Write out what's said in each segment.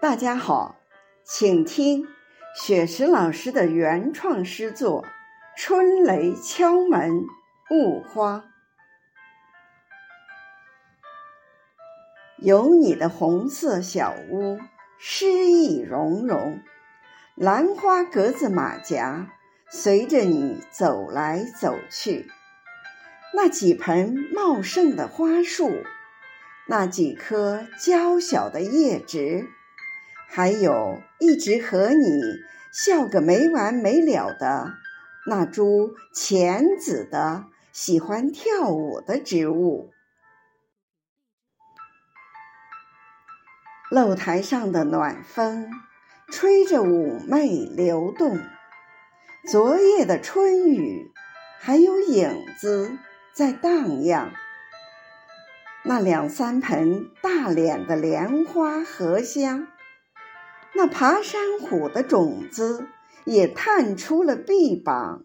大家好，请听雪石老师的原创诗作《春雷敲门误花》。有你的红色小屋，诗意融融，兰花格子马甲随着你走来走去。那几盆茂盛的花树，那几棵娇小的叶植，还有一直和你笑个没完没了的那株浅紫的喜欢跳舞的植物。露台上的暖风吹着妩媚流动，昨夜的春雨还有影子在荡漾。那两三盆大脸的莲花荷香，那爬山虎的种子也探出了臂膀。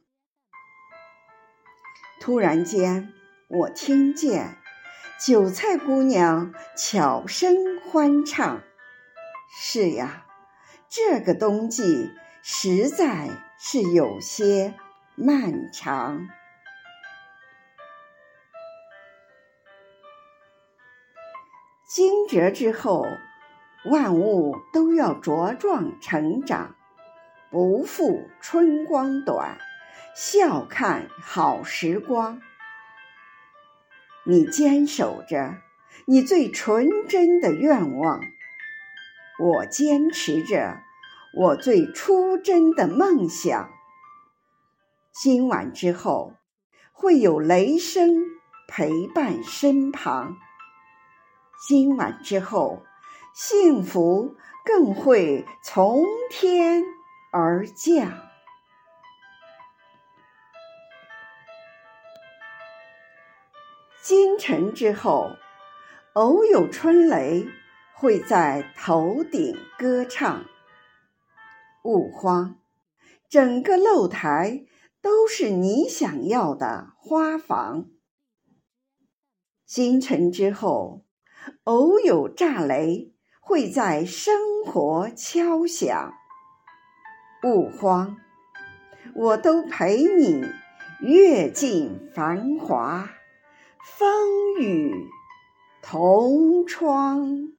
突然间，我听见韭菜姑娘悄声欢唱。是呀，这个冬季实在是有些漫长。惊蛰之后，万物都要茁壮成长，不负春光短，笑看好时光。你坚守着你最纯真的愿望，我坚持着我最初真的梦想。今晚之后，会有雷声陪伴身旁。今晚之后，幸福更会从天而降。今晨之后，偶有春雷会在头顶歌唱。勿慌，整个露台都是你想要的花房。今晨之后，偶有炸雷会在生活敲响。勿慌，我都陪你阅尽繁华，风雨同窗。